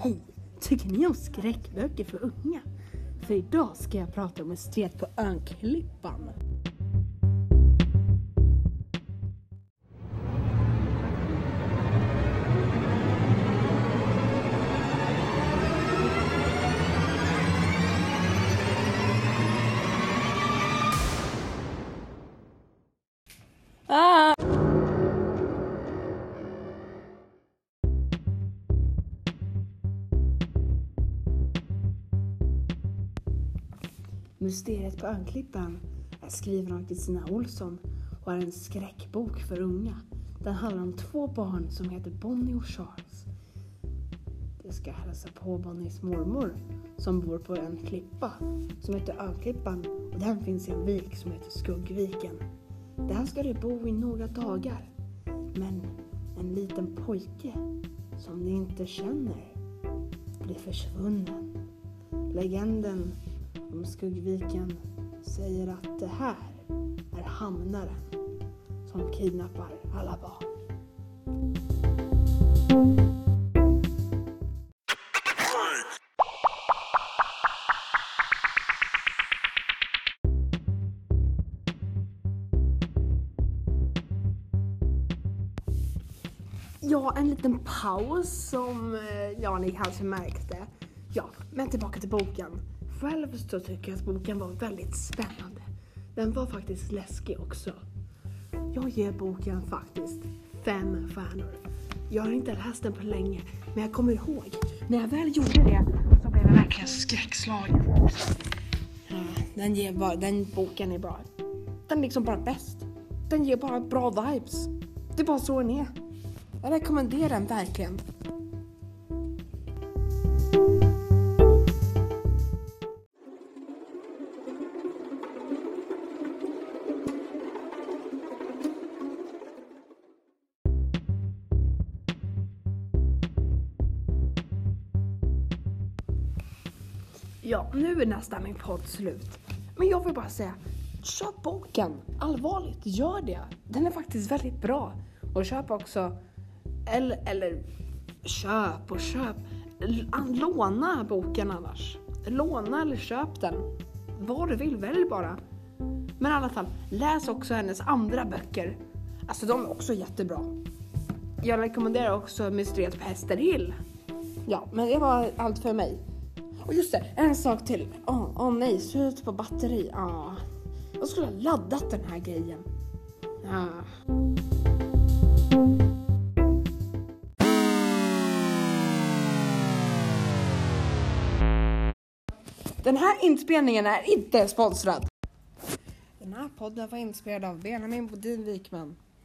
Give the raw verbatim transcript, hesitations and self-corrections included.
Hej, tycker ni om skräckböcker för unga? För idag ska jag prata om Mysteriet på Örnklippan. Ah! Mysteriet på Örnklippan är skriven av Kristina Olsson och är en skräckbok för unga. Den handlar om två barn som heter Bonnie och Charles. De ska hälsa på Bonnies mormor som bor på en klippa som heter Örnklippan, och den finns i en vik som heter Skuggviken. Där ska de bo i några dagar. Men en liten pojke som de inte känner blir försvunnen. Legenden om Skuggviken säger att det här är hamnaren som kidnappar alla barn. Ja, en liten paus som ja, ni kanske märkte. Ja, men tillbaka till boken. Själv så tycker jag att boken var väldigt spännande. Den var faktiskt läskig också. Jag ger boken faktiskt fem stjärnor. Jag har inte läst den på länge, men jag kommer ihåg. När jag väl gjorde det så blev jag verkligen skräckslagen. Ja, den, ger bara, den boken är bra. Den är liksom bara bäst. Den ger bara bra vibes. Det är bara så den är. Jag rekommenderar den verkligen. Ja, nu är nästan min podd slut. Men jag vill bara säga, köp boken. Allvarligt, gör det. Den är faktiskt väldigt bra. Och köp också, eller, eller köp och köp. Låna boken annars. Låna eller köp den. Vad du vill, välj bara. Men i alla fall, läs också hennes andra böcker. Alltså de är också jättebra. Jag rekommenderar också Mysteriet på Hästerhill. Ja, men det var allt för mig. Och just det, en sak till. Åh oh, oh, nej, slut på batteri. Oh. Jag skulle ha laddat den här grejen. Ah. Den här inspelningen är inte sponsrad. Den här podden var inspelad av Benjamin Bodin Wikman.